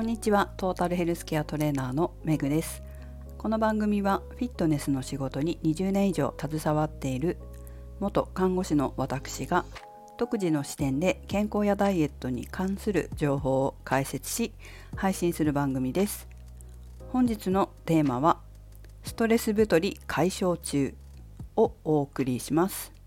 こんにちは。トータルヘルスケアトレーナーのメグです。この番組はフィットネスの仕事に20年以上携わっている元看護師の私が独自の視点で健康やダイエットに関する情報を解説し配信する番組です。本日のテーマはストレス太り解消中をお送りします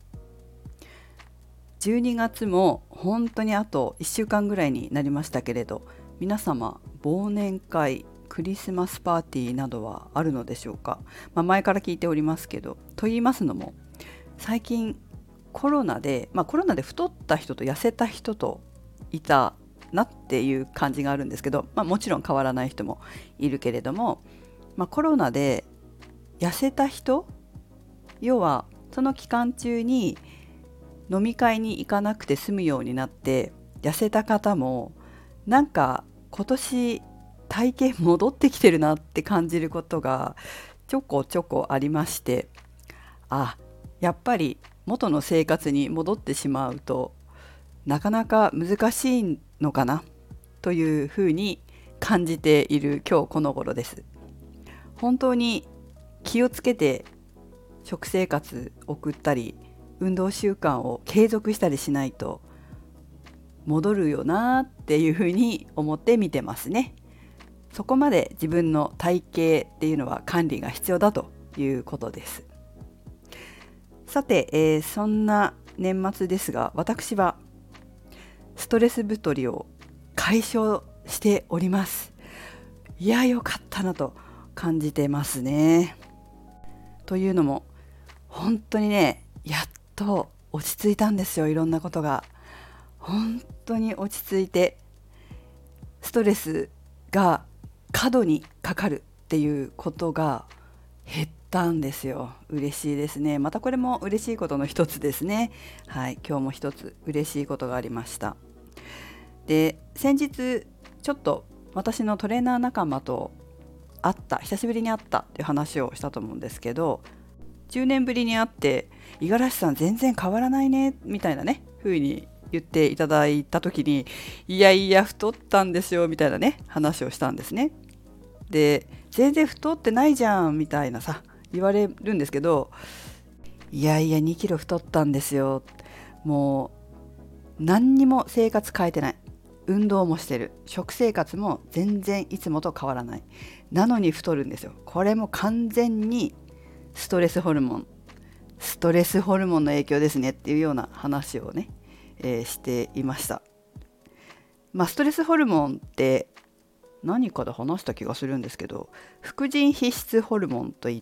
。12月も本当にあと1週間ぐらいになりましたけれど、皆様忘年会、クリスマスパーティーなどはあるのでしょうか。前から聞いておりますけど、と言いますのも最近コロナで太った人と痩せた人といたなっていう感じがあるんですけど、もちろん変わらない人もいるけれども、コロナで痩せた人、要はその期間中に飲み会に行かなくて済むようになって痩せた方もなんか今年体型戻ってきてるなって感じることがちょこちょこありまして、やっぱり元の生活に戻ってしまうとなかなか難しいのかなというふうに感じている今日この頃です。本当に気をつけて食生活送ったり運動習慣を継続したりしないと戻るよなっていうふうに思って見てますね。そこまで自分の体型っていうのは管理が必要だということです。さて、そんな年末ですが、私はストレス太りを解消しております。よかったなと感じてますね。というのも本当にね、やっと落ち着いたんですよ。いろんなことが本当に落ち着いて、ストレスが過度にかかるっていうことが減ったんですよ。嬉しいですね。またこれも嬉しいことの一つですね。今日も一つ嬉しいことがありました。で、先日ちょっと私のトレーナー仲間と久しぶりに会ったっていう話をしたと思うんですけど、10年ぶりに会って五十嵐さん全然変わらないねみたいなね風に言っていただいた時に、太ったんですよみたいなね話をしたんですね。で、全然太ってないじゃんみたいな言われるんですけど、2キロ太ったんですよ。もう何にも生活変えてない、運動もしてる、食生活も全然いつもと変わらない、なのに太るんですよ。これも完全にストレスホルモンの影響ですねっていうような話をね、していました。ストレスホルモンって何かで話した気がするんですけど、副腎皮質ホルモンといって、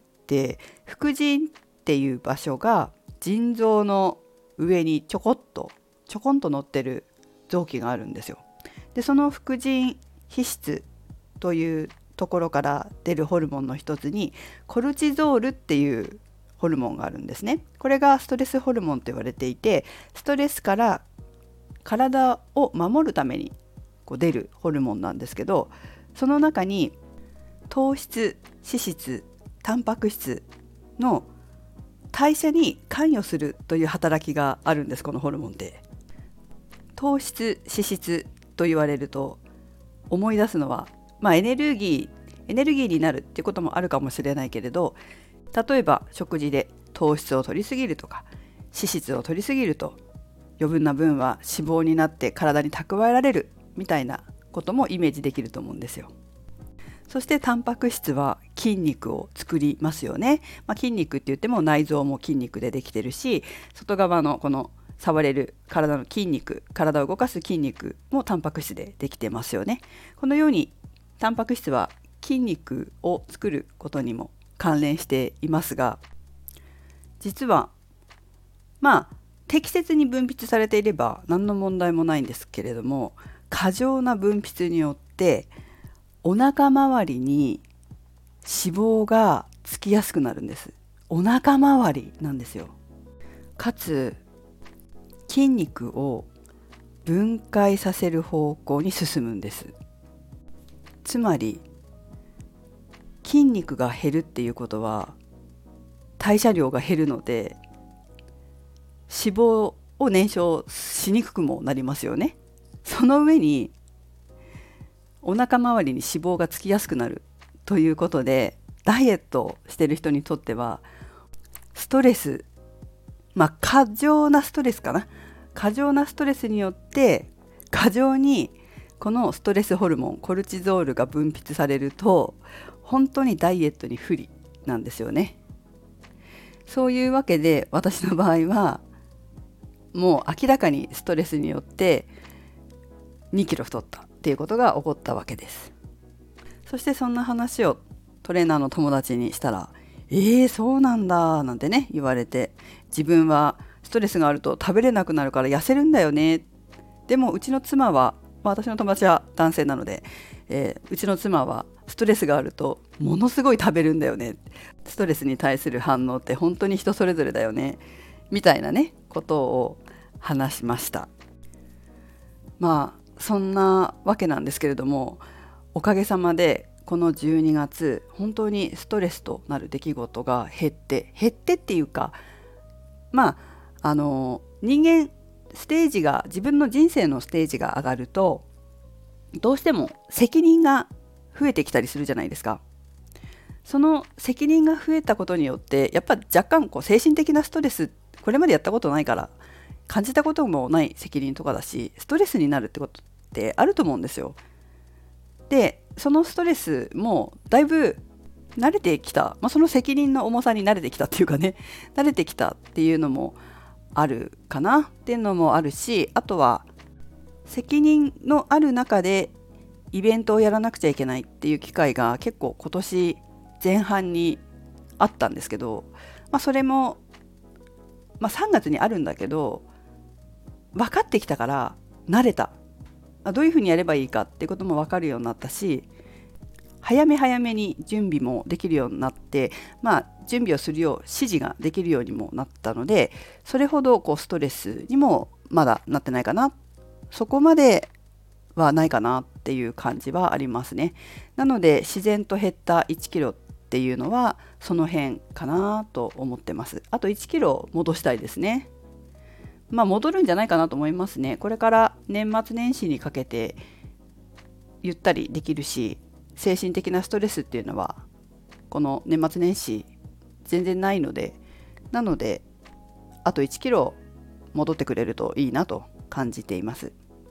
副腎っていう場所が腎臓の上にちょこんと乗ってる臓器があるんですよ。で、その副腎皮質というところから出るホルモンの一つにコルチゾールっていうホルモンがあるんですね。これがストレスホルモンと言われていて、ストレスから体を守るために出るホルモンなんですけど、その中に糖質、脂質、タンパク質の代謝に関与するという働きがあるんです。このホルモンって糖質、脂質と言われると思い出すのは、エネルギーになるっていうこともあるかもしれないけれど、例えば食事で糖質を摂りすぎるとか脂質を摂りすぎると余分な分は脂肪になって体に蓄えられるみたいなこともイメージできると思うんですよ。そしてタンパク質は筋肉を作りますよね。筋肉って言っても内臓も筋肉でできてるし、外側のこの触れる体の筋肉、体を動かす筋肉もタンパク質でできてますよね。このようにタンパク質は筋肉を作ることにも関連していますが、実は適切に分泌されていれば何の問題もないんですけれども、過剰な分泌によってお腹周りに脂肪がつきやすくなるんです。お腹周りなんですよ。かつ筋肉を分解させる方向に進むんです。つまり筋肉が減るっていうことは代謝量が減るので、脂肪を燃焼しにくくもなりますよね。その上にお腹周りに脂肪がつきやすくなるということで、ダイエットをしている人にとってはストレス、過剰なストレスかな、過剰なストレスによって過剰にこのストレスホルモンコルチゾールが分泌されると、本当にダイエットに不利なんですよね。そういうわけで私の場合はもう明らかにストレスによって2キロ太ったっていうことが起こったわけです。そしてそんな話をトレーナーの友達にしたら、そうなんだなんてね言われて、自分はストレスがあると食べれなくなるから痩せるんだよね。でもうちの妻は、私の友達は男性なので、うちの妻はストレスがあるとものすごい食べるんだよね。ストレスに対する反応って本当に人それぞれだよねみたいなねことを話しました。そんなわけなんですけれども、おかげさまでこの12月本当にストレスとなる出来事が減ってっていうか、人間ステージが、自分の人生のステージが上がるとどうしても責任が増えてきたりするじゃないですか。その責任が増えたことによってやっぱり若干精神的なストレス、これまでやったことないから感じたこともない責任とかだし、ストレスになるってことってあると思うんですよ。でそのストレスもだいぶ慣れてきた、その責任の重さに慣れてきたっていうかね、慣れてきたっていうのもあるかなっていうのもあるし、あとは責任のある中でイベントをやらなくちゃいけないっていう機会が結構今年前半にあったんですけど、それも、3月にあるんだけど分かってきたから慣れた、どういうふうにやればいいかっていうことも分かるようになったし、早めに準備もできるようになって、準備をするよう指示ができるようにもなったので、それほどストレスにもまだなってないかな、そこまではないかなっていう感じはありますね。なので自然と減った1キロっていうのはその辺かなと思ってます。あと1キロ戻したいですね。戻るんじゃないかなと思いますね。これから年末年始にかけてゆったりできるし、精神的なストレスっていうのはこの年末年始全然ないので、なのであと1キロ戻ってくれるといいなと感じています。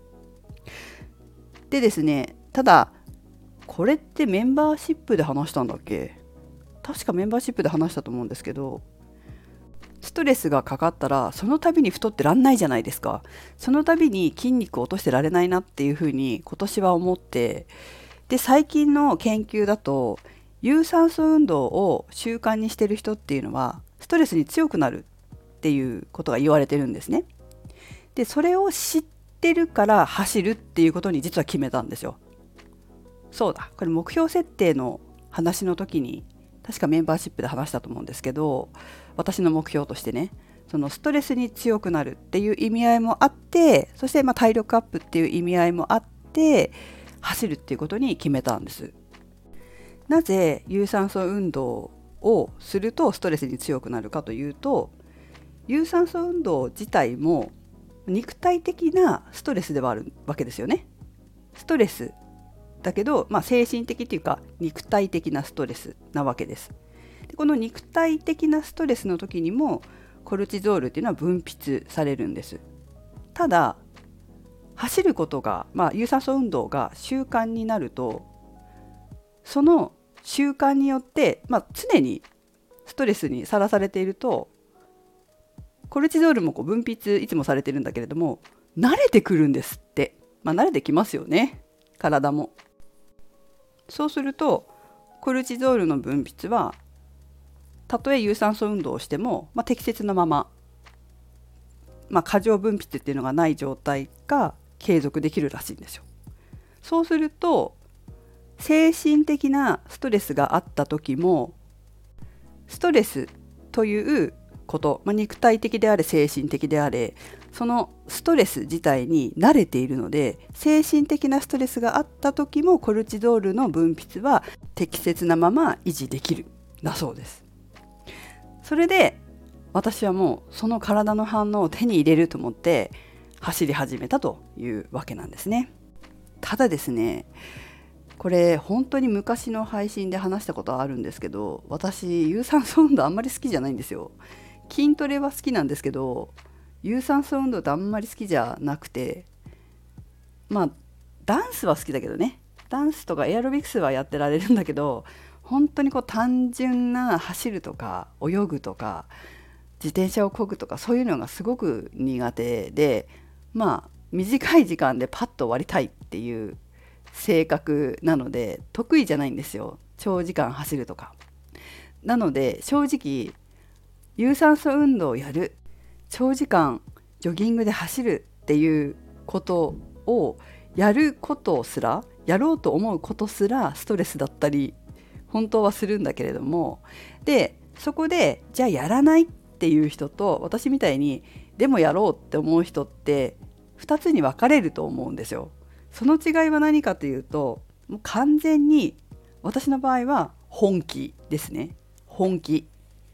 でですね、ただこれってメンバーシップで話したんだっけ？確かメンバーシップで話したと思うんですけど、ストレスがかかったらその度に太ってらんないじゃないですか。その度に筋肉を落としてられないなっていうふうに今年は思って、で最近の研究だと有酸素運動を習慣にしてる人っていうのはストレスに強くなるっていうことが言われてるんですね。でそれを知ってるから走るっていうことに実は決めたんですよ。そうだ、これ目標設定の話の時に確かメンバーシップで話したと思うんですけど、私の目標としてね、そのストレスに強くなるっていう意味合いもあって、そして体力アップっていう意味合いもあって走るっていうことに決めたんです。なぜ有酸素運動をするとストレスに強くなるかというと、有酸素運動自体も肉体的なストレスではあるわけですよね。ストレスだけど、精神的っていうか肉体的なストレスなわけです。でこの肉体的なストレスの時にもコルチゾールっていうのは分泌されるんです。ただ走ることが、有酸素運動が習慣になると、その習慣によって、常にストレスにさらされていると、コルチゾールも分泌いつもされてるんだけれども慣れてくるんですって。慣れてきますよね、体も。そうするとコルチゾールの分泌はたとえ有酸素運動をしても、適切なまま、過剰分泌っていうのがない状態が継続できるらしいんですよ。そうすると精神的なストレスがあった時も、ストレスということ、肉体的であれ精神的であれ、そのストレス自体に慣れているので、精神的なストレスがあった時もコルチゾールの分泌は適切なまま維持できるだそうです。それで私はもうその体の反応を手に入れると思って走り始めたというわけなんですね。ただですね、 これ本当に昔の配信で話したことあるんですけど、私有酸素運動あんまり好きじゃないんですよ。筋トレは好きなんですけど、有酸素運動ってあんまり好きじゃなくて、まあダンスは好きだけどね、ダンスとかエアロビクスはやってられるんだけど、本当にこう単純な走るとか泳ぐとか自転車を漕ぐとかそういうのがすごく苦手で、まあ短い時間でパッと終わりたいっていう性格なので得意じゃないんですよ、長時間走るとか。なので正直有酸素運動をやる、長時間ジョギングで走るっていうことをやることすら、やろうと思うことすらストレスだったり本当はするんだけれども、でそこでじゃあやらないっていう人と、私みたいにでもやろうって思う人って2つに分かれると思うんですよ。その違いは何かというと、もう完全に私の場合は本気ですね。本気。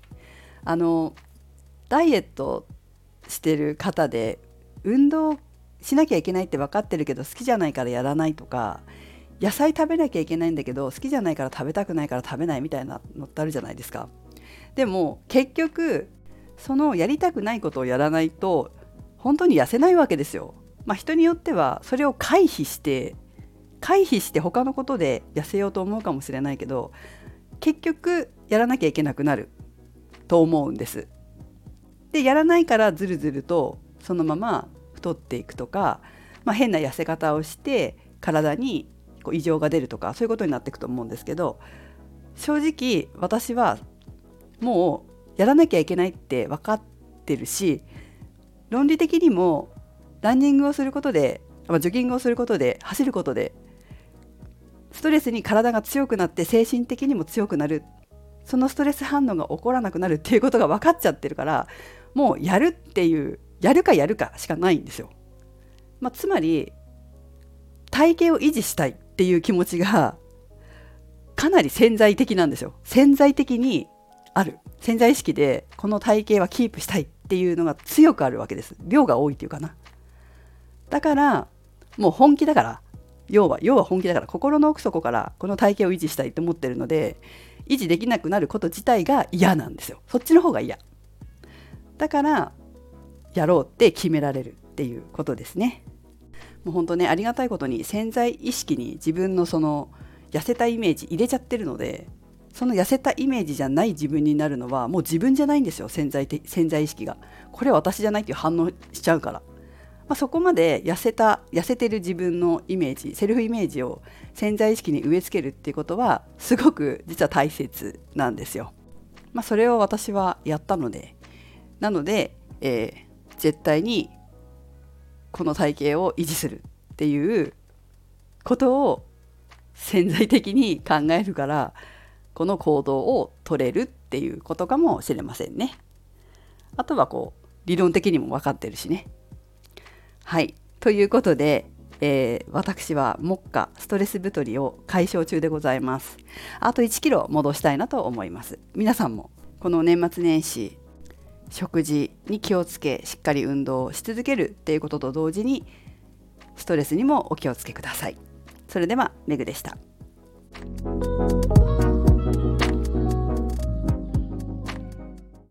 ダイエットしてる方で運動しなきゃいけないって分かってるけど好きじゃないからやらないとか、野菜食べなきゃいけないんだけど好きじゃないから食べたくないから食べないみたいなのってあるじゃないですか。でも結局そのやりたくないことをやらないと本当に痩せないわけですよ。人によってはそれを回避して他のことで痩せようと思うかもしれないけど、結局やらなきゃいけなくなると思うんです。でやらないからずるずるとそのまま太っていくとか、変な痩せ方をして体にこう異常が出るとか、そういうことになっていくと思うんですけど、正直私はもうやらなきゃいけないって分かってるし、論理的にもランニングをすることで、ジョギングをすることで、走ることでストレスに体が強くなって精神的にも強くなる、そのストレス反応が起こらなくなるっていうことが分かっちゃってるから、もうやるっていう、やるかやるかしかないんですよ。つまり体型を維持したいっていう気持ちがかなり潜在的なんですよ。潜在的にある、潜在意識でこの体型はキープしたいっていうのが強くあるわけです。量が多いっていうかな。だからもう本気だから、要は本気だから、心の奥底からこの体型を維持したいと思ってるので、維持できなくなること自体が嫌なんですよ。そっちの方が嫌だからやろうって決められるっていうことですね。もう本当ね、ありがたいことに潜在意識に自分のその痩せたイメージ入れちゃってるので、その痩せたイメージじゃない自分になるのはもう自分じゃないんですよ。潜在意識がこれは私じゃないっていう反応しちゃうから、そこまで痩せてる自分のイメージ、セルフイメージを潜在意識に植え付けるっていうことはすごく実は大切なんですよ。それを私はやったので、なので、絶対にこの体型を維持するっていうことを潜在的に考えるから、この行動を取れるっていうことかもしれませんね。あとは理論的にも分かってるしね。はい、ということで、私は目下ストレス太りを解消中でございます。あと1キロ戻したいなと思います。皆さんもこの年末年始、食事に気をつけ、しっかり運動をし続けるっていうことと同時にストレスにもお気をつけください。それではメグでした。